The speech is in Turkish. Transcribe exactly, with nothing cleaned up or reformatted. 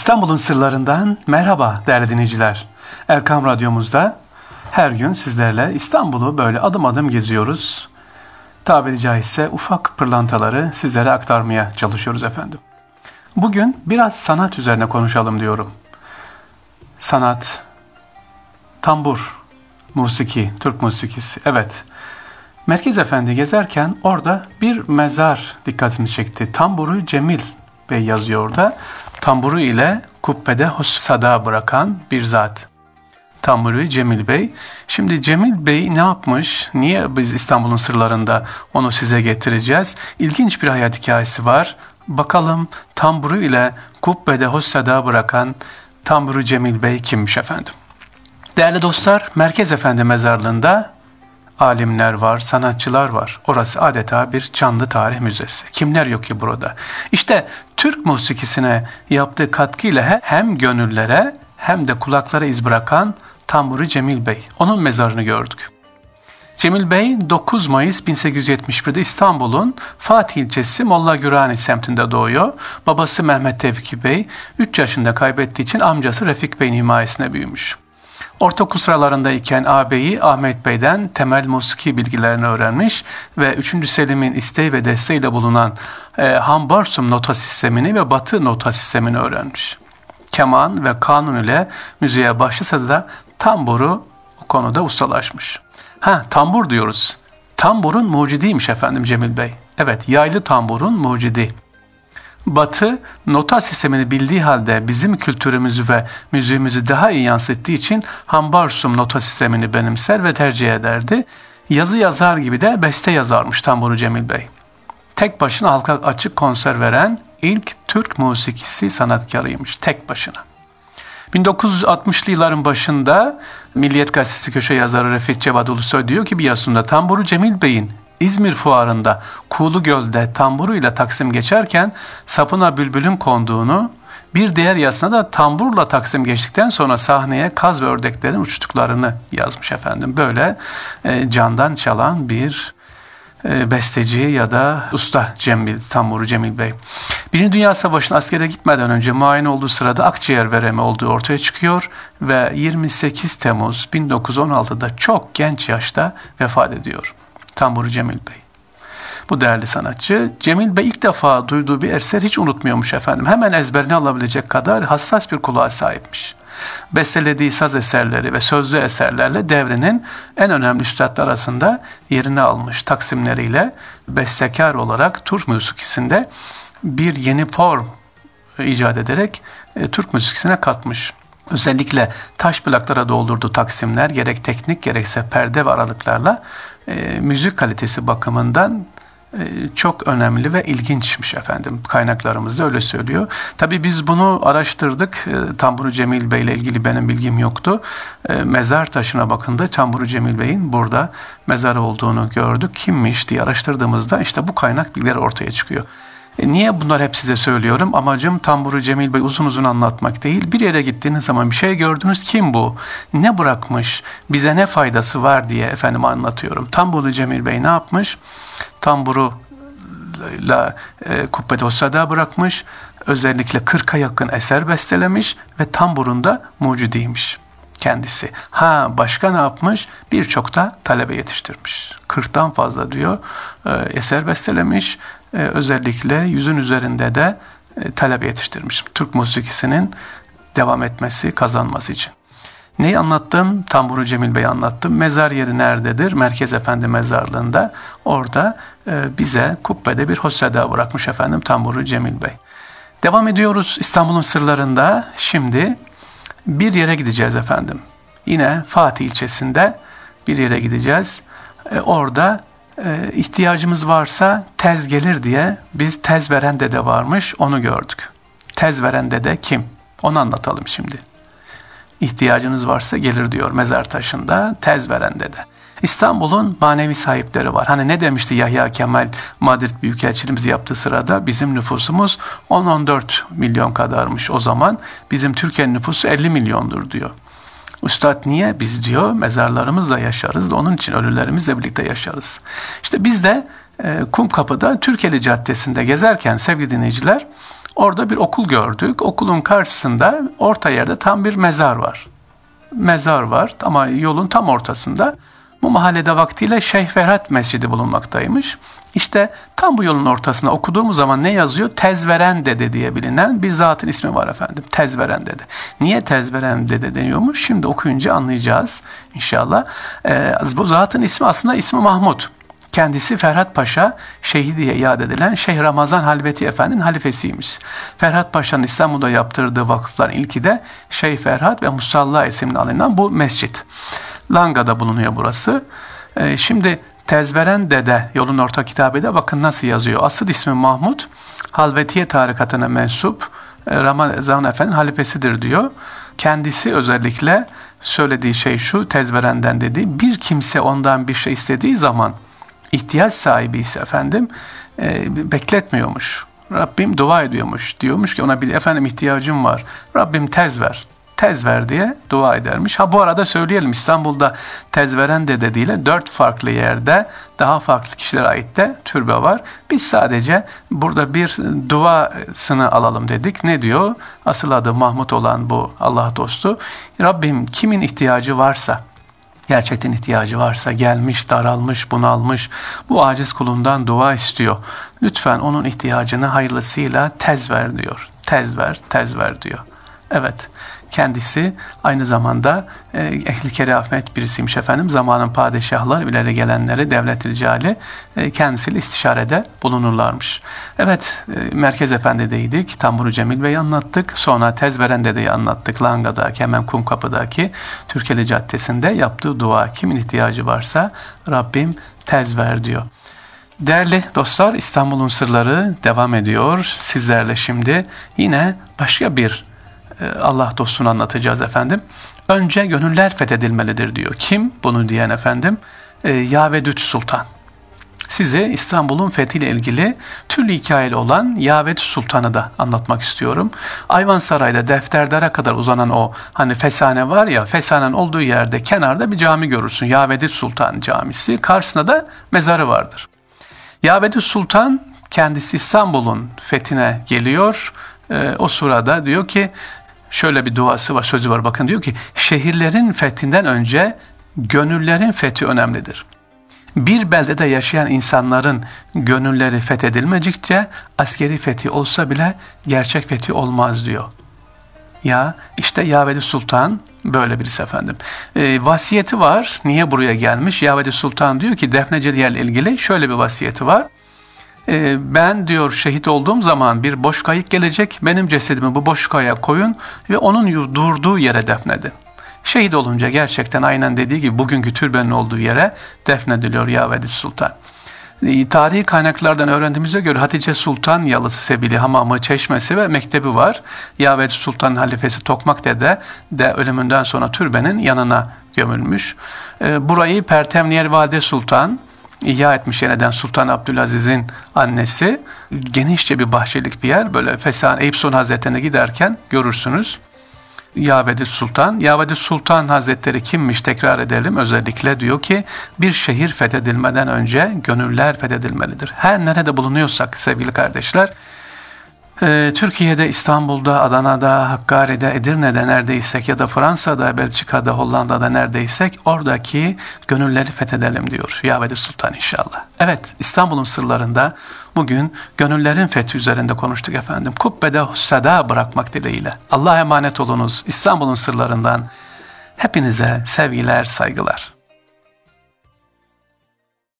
İstanbul'un sırlarından merhaba değerli dinleyiciler. Erkam Radyomuzda her gün sizlerle İstanbul'u böyle adım adım geziyoruz. Tabiri caizse ufak pırlantaları sizlere aktarmaya çalışıyoruz efendim. Bugün biraz sanat üzerine konuşalım diyorum. Sanat, tambur, musiki, Türk musikisi. Evet, Merkez Efendi gezerken orada bir mezar dikkatimi çekti. Tamburu Cemil Bey yazıyor orada. Tamburu ile kubbede hussada bırakan bir zat. Tamburu Cemil Bey. Şimdi Cemil Bey ne yapmış? Niye biz İstanbul'un sırlarında onu size getireceğiz? İlginç bir hayat hikayesi var. Bakalım tamburu ile kubbede hussada bırakan Tamburu Cemil Bey kimmiş efendim? Değerli dostlar, Merkez Efendi mezarlığında alimler var, sanatçılar var. Orası adeta bir canlı tarih müzesi. Kimler yok ki burada? İşte Türk musikisine yaptığı katkıyla hem gönüllere hem de kulaklara iz bırakan Tamburu Cemil Bey. Onun mezarını gördük. Cemil Bey dokuz Mayıs bin sekiz yüz yetmiş bir'de İstanbul'un Fatih ilçesi Mollagürani semtinde doğuyor. Babası Mehmet Tevfik Bey üç yaşında kaybettiği için amcası Refik Bey'in himayesine büyümüş. Ortaokul sıralarındayken ağabeyi Ahmet Bey'den temel musiki bilgilerini öğrenmiş ve üçüncü Selim'in isteği ve desteğiyle bulunan e, Hambarsum nota sistemini ve Batı nota sistemini öğrenmiş. Keman ve kanun ile müziğe başlasa da tamburu o konuda ustalaşmış. Ha, tambur diyoruz. Tamburun mucidiymiş efendim Cemil Bey. Evet, yaylı tamburun mucidi. Batı nota sistemini bildiği halde bizim kültürümüzü ve müziğimizi daha iyi yansıttığı için Hambarsum nota sistemini benimser ve tercih ederdi. Yazı yazar gibi de beste yazarmış Tamburu Cemil Bey. Tek başına halka açık konser veren ilk Türk musikisi sanatkarıymış. Tek başına. bin dokuz yüz altmışlı yılların başında Milliyet Gazetesi köşe yazarı Refik Cevat Ulusoy diyor ki bir yazısında Tamburu Cemil Bey'in İzmir Fuarı'nda Kuğulu Göl'de tamburuyla Taksim geçerken sapına bülbülün konduğunu, bir diğer yazısında da tamburla Taksim geçtikten sonra sahneye kaz ve ördeklerin uçtuklarını yazmış efendim. Böyle e, candan çalan bir e, besteci ya da usta Cemil, Tamburu Cemil Bey. Birinci Dünya Savaşı'na askere gitmeden önce muayene olduğu sırada akciğer veremi olduğu ortaya çıkıyor ve yirmi sekiz Temmuz bin dokuz yüz on altı'da çok genç yaşta vefat ediyor. Tamburu Cemil Bey. Bu değerli sanatçı Cemil Bey ilk defa duyduğu bir eser hiç unutmuyormuş efendim. Hemen ezberini alabilecek kadar hassas bir kulağa sahipmiş. Bestelediği saz eserleri ve sözlü eserlerle devrinin en önemli üstadlar arasında yerini almış. Taksimleriyle bestekar olarak Türk müzikisinde bir yeni form icat ederek e, Türk müzikisine katmış. Özellikle taş plaklara doldurduğu taksimler gerek teknik gerekse perde ve aralıklarla e, müzik kalitesi bakımından e, çok önemli ve ilginçmiş efendim. Kaynaklarımız da öyle söylüyor. Tabii biz bunu araştırdık. E, Tamburu Cemil Bey ile ilgili benim bilgim yoktu. E, mezar taşına bakınca Tamburu Cemil Bey'in burada mezarı olduğunu gördük. Kimmiş diye araştırdığımızda işte bu kaynak bilgileri ortaya çıkıyor. E niye bunlar hep size söylüyorum? Amacım Tamburu Cemil Bey uzun uzun anlatmak değil. Bir yere gittiğiniz zaman bir şey gördünüz, kim bu? Ne bırakmış? Bize ne faydası var diye efendim anlatıyorum. Tamburu Cemil Bey ne yapmış? Tamburuyla e, kubbede hussada bırakmış. Özellikle kırka yakın eser bestelemiş ve tamburunda mucidiymiş kendisi. Ha, başka ne yapmış? Birçok da talebe yetiştirmiş. kırktan fazla diyor e, eser bestelemiş. Ee, özellikle yüzün üzerinde de e, talep yetiştirmiş. Türk musikisinin devam etmesi, kazanması için. Neyi anlattım? Tamburu Cemil Bey anlattım. Mezar yeri nerededir? Merkez Efendi mezarlığında. Orada e, bize kubbede bir hussada bırakmış efendim Tamburu Cemil Bey. Devam ediyoruz İstanbul'un sırlarında. Şimdi bir yere gideceğiz efendim. Yine Fatih ilçesinde bir yere gideceğiz. E, orada Ee, ihtiyacımız varsa tez gelir diye biz tez veren dede varmış, onu gördük. Tez veren dede kim? Onu anlatalım şimdi. İhtiyacınız varsa gelir diyor mezar taşında tez veren dede. İstanbul'un manevi sahipleri var. Hani ne demişti Yahya Kemal Madrid Büyükelçiliğimizi yaptığı sırada bizim nüfusumuz on on dört milyon kadarmış o zaman. Bizim Türkiye'nin nüfusu elli milyondur diyor. Üstad niye? Biz diyor mezarlarımızla yaşarız. Onun için ölülerimizle birlikte yaşarız. İşte biz de e, Kumkapı'da Türkeli Caddesi'nde gezerken sevgili dinleyiciler Orada bir okul gördük. Okulun karşısında orta yerde tam bir mezar var. Mezar var ama yolun tam ortasında. Bu mahallede vaktiyle Şeyh Ferhat Mescidi bulunmaktaymış. İşte tam bu yolun ortasında okuduğumuz zaman ne yazıyor? Tezveren Dede diye bilinen bir zatın ismi var efendim. Tezveren Dede. Niye Tezveren Dede deniyormuş? Şimdi okuyunca anlayacağız inşallah. Ee, bu zatın ismi aslında ismi Mahmud. Kendisi Ferhat Paşa Şeyhi diye iade edilen Şeyh Ramazan Halveti Efendi'nin halifesiymiş. Ferhat Paşa'nın İstanbul'da yaptırdığı vakıfların ilki de Şeyh Ferhat ve Musalla isimli alınan bu mescit. Langa'da bulunuyor burası. Ee, şimdi Tezveren Dede yolun orta kitabede bakın nasıl yazıyor. Asıl ismi Mahmud, Halvetiye tarikatına mensup Ramazan Efendi'nin halifesidir diyor. Kendisi özellikle söylediği şey şu, Tezveren'den dediği, bir kimse ondan bir şey istediği zaman ihtiyaç sahibi ise efendim e, bekletmiyormuş. Rabbim dua ediyormuş. Diyormuş ki ona bir efendim ihtiyacım var. Rabbim tez ver. Tez ver diye dua edermiş. Ha bu arada söyleyelim, İstanbul'da Tezveren Dede değil, dört farklı yerde daha farklı kişilere ait de türbe var. Biz sadece burada bir duasını alalım dedik. Ne diyor? Asıl adı Mahmud olan bu Allah dostu. Rabbim kimin ihtiyacı varsa, gerçekten ihtiyacı varsa, gelmiş, daralmış, bunalmış, bu aciz kulundan dua istiyor. Lütfen onun ihtiyacını hayırlısıyla tez ver diyor. Tez ver, tez ver diyor. Evet, kendisi aynı zamanda e, ehli kerafet birisiymiş efendim. Zamanın padişahlar, ileri gelenleri, devlet ricali e, kendisiyle istişarede bulunurlarmış. Evet, e, Merkez Efendi'deydik. Tamburu Cemil Bey'i anlattık. Sonra Tezveren Dede'yi anlattık. Langa'daki, hemen Kumkapı'daki Türkeli Caddesi'nde yaptığı dua. Kimin ihtiyacı varsa Rabbim tez ver diyor. Değerli dostlar, İstanbul'un sırları devam ediyor. Sizlerle şimdi yine başka bir Allah dostunu anlatacağız efendim. Önce gönüller fethedilmelidir diyor. Kim bunu diyen efendim? E, Yavedüt Sultan. Size İstanbul'un fethiyle ilgili türlü hikayeli olan Yavedüt Sultan'ı da anlatmak istiyorum. Ayvansaray'da Defterdara kadar uzanan o hani fesane var ya, fesanenin olduğu yerde kenarda bir cami görürsün. Yavedüt Sultan Camisi. Karşısında da mezarı vardır. Yavedüt Sultan kendisi İstanbul'un fethine geliyor. E, o sırada diyor ki, şöyle bir duası var, sözü var. Bakın diyor ki, şehirlerin fethinden önce gönüllerin fethi önemlidir. Bir beldede yaşayan insanların gönülleri fethedilmedikçe askeri fethi olsa bile gerçek fethi olmaz diyor. Ya işte Yavedüt Sultan böyle birisi efendim. E, vasiyeti var. Niye buraya gelmiş? Yavedüt Sultan diyor ki Defneceliye ile ilgili şöyle bir vasiyeti var. Ben diyor şehit olduğum zaman bir boş kayık gelecek, benim cesedimi bu boş kayaya koyun ve onun durduğu yere defnedin. Şehit olunca gerçekten aynen dediği gibi bugünkü türbenin olduğu yere defnediliyor Yavedüt Sultan. Tarihi kaynaklardan öğrendiğimize göre Hatice Sultan yalısı, sebili, hamamı, çeşmesi ve mektebi var. Yavedüt Sultan'ın halifesi Tokmak Dede de ölümünden sonra türbenin yanına gömülmüş. Burayı Pertemniyer Valide Sultan İhya etmiş yeniden, Sultan Abdülaziz'in annesi. Genişçe bir bahçelik bir yer. Böyle Fesan Eyüp Sultan Hazretleri'ne giderken görürsünüz. Yavedüt Sultan. Yavedüt Sultan Hazretleri kimmiş tekrar edelim. Özellikle diyor ki bir şehir fethedilmeden önce gönüller fethedilmelidir. Her nerede bulunuyorsak sevgili kardeşler, Ee, Türkiye'de, İstanbul'da, Adana'da, Hakkari'de, Edirne'de neredeysek ya da Fransa'da, Belçika'da, Hollanda'da neredeysek oradaki gönülleri fethedelim diyor Yavedüt Sultan inşallah. Evet, İstanbul'un sırlarında bugün gönüllerin fethi üzerinde konuştuk efendim. Kubbede hussada bırakmak dileğiyle. Allah'a emanet olunuz. İstanbul'un sırlarından hepinize sevgiler, saygılar.